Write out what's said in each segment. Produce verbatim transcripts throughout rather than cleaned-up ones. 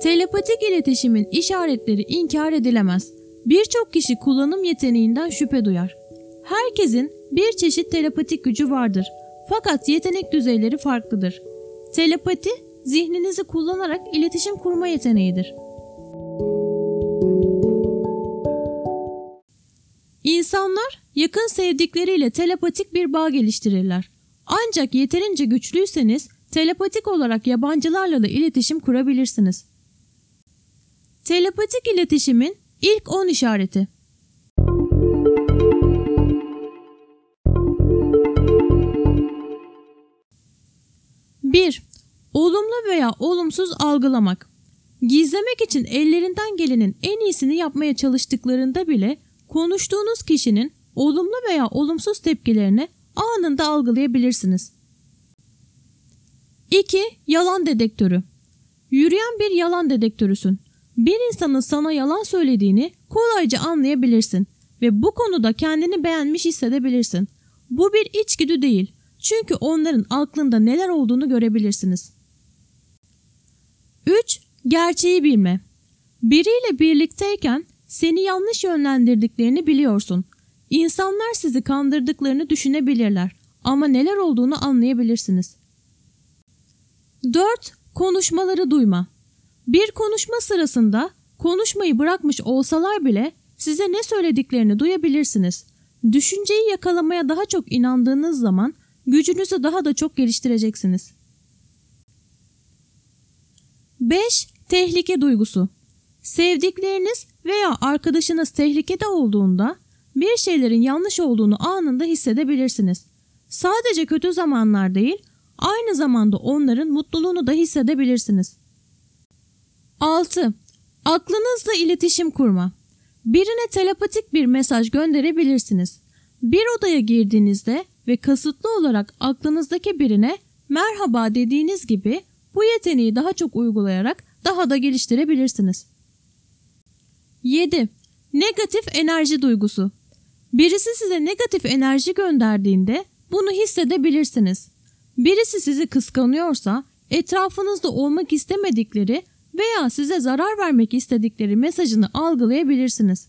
Telepatik iletişimin işaretleri inkar edilemez. Birçok kişi kullanım yeteneğinden şüphe duyar. Herkesin bir çeşit telepatik gücü vardır. Fakat yetenek düzeyleri farklıdır. Telepati, zihninizi kullanarak iletişim kurma yeteneğidir. İnsanlar yakın sevdikleriyle telepatik bir bağ geliştirirler. Ancak yeterince güçlüyseniz telepatik olarak yabancılarla da iletişim kurabilirsiniz. Telepatik iletişimin ilk on işareti. bir. Olumlu veya olumsuz algılamak. Gizlemek için ellerinden gelenin en iyisini yapmaya çalıştıklarında bile konuştuğunuz kişinin olumlu veya olumsuz tepkilerini anında algılayabilirsiniz. iki. Yalan dedektörü. Yürüyen bir yalan dedektörüsün. Bir insanın sana yalan söylediğini kolayca anlayabilirsin ve bu konuda kendini beğenmiş hissedebilirsin. Bu bir içgüdü değil, çünkü onların aklında neler olduğunu görebilirsiniz. üç. Gerçeği bilme. Biriyle birlikteyken seni yanlış yönlendirdiklerini biliyorsun. İnsanlar sizi kandırdıklarını düşünebilirler ama neler olduğunu anlayabilirsiniz. dört. Konuşmaları duyma. Bir konuşma sırasında konuşmayı bırakmış olsalar bile size ne söylediklerini duyabilirsiniz. Düşünceyi yakalamaya daha çok inandığınız zaman gücünüzü daha da çok geliştireceksiniz. beş. Tehlike duygusu. Sevdikleriniz veya arkadaşınız tehlikede olduğunda bir şeylerin yanlış olduğunu anında hissedebilirsiniz. Sadece kötü zamanlar değil, aynı zamanda onların mutluluğunu da hissedebilirsiniz. altı. Aklınızla iletişim kurma. Birine telepatik bir mesaj gönderebilirsiniz. Bir odaya girdiğinizde ve kasıtlı olarak aklınızdaki birine merhaba dediğiniz gibi bu yeteneği daha çok uygulayarak daha da geliştirebilirsiniz. yedi. Negatif enerji duygusu. Birisi size negatif enerji gönderdiğinde bunu hissedebilirsiniz. Birisi sizi kıskanıyorsa etrafınızda olmak istemedikleri veya size zarar vermek istedikleri mesajını algılayabilirsiniz.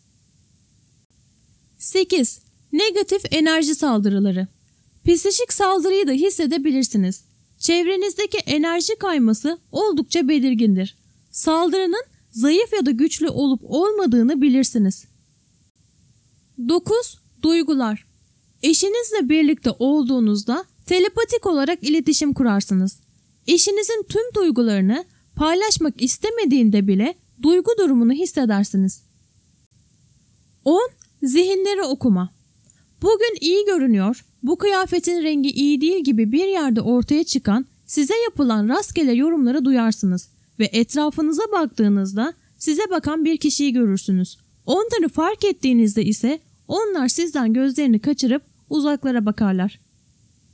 sekiz. Negatif enerji saldırıları. Psikik saldırıyı da hissedebilirsiniz. Çevrenizdeki enerji kayması oldukça belirgindir. Saldırının zayıf ya da güçlü olup olmadığını bilirsiniz. dokuz. Duygular. Eşinizle birlikte olduğunuzda telepatik olarak iletişim kurarsınız. Eşinizin tüm duygularını paylaşmak istemediğinde bile duygu durumunu hissedersiniz. on. Zihinleri okuma. Bugün iyi görünüyor, bu kıyafetin rengi iyi değil gibi bir yerde ortaya çıkan size yapılan rastgele yorumları duyarsınız ve etrafınıza baktığınızda size bakan bir kişiyi görürsünüz. Onları fark ettiğinizde ise onlar sizden gözlerini kaçırıp uzaklara bakarlar.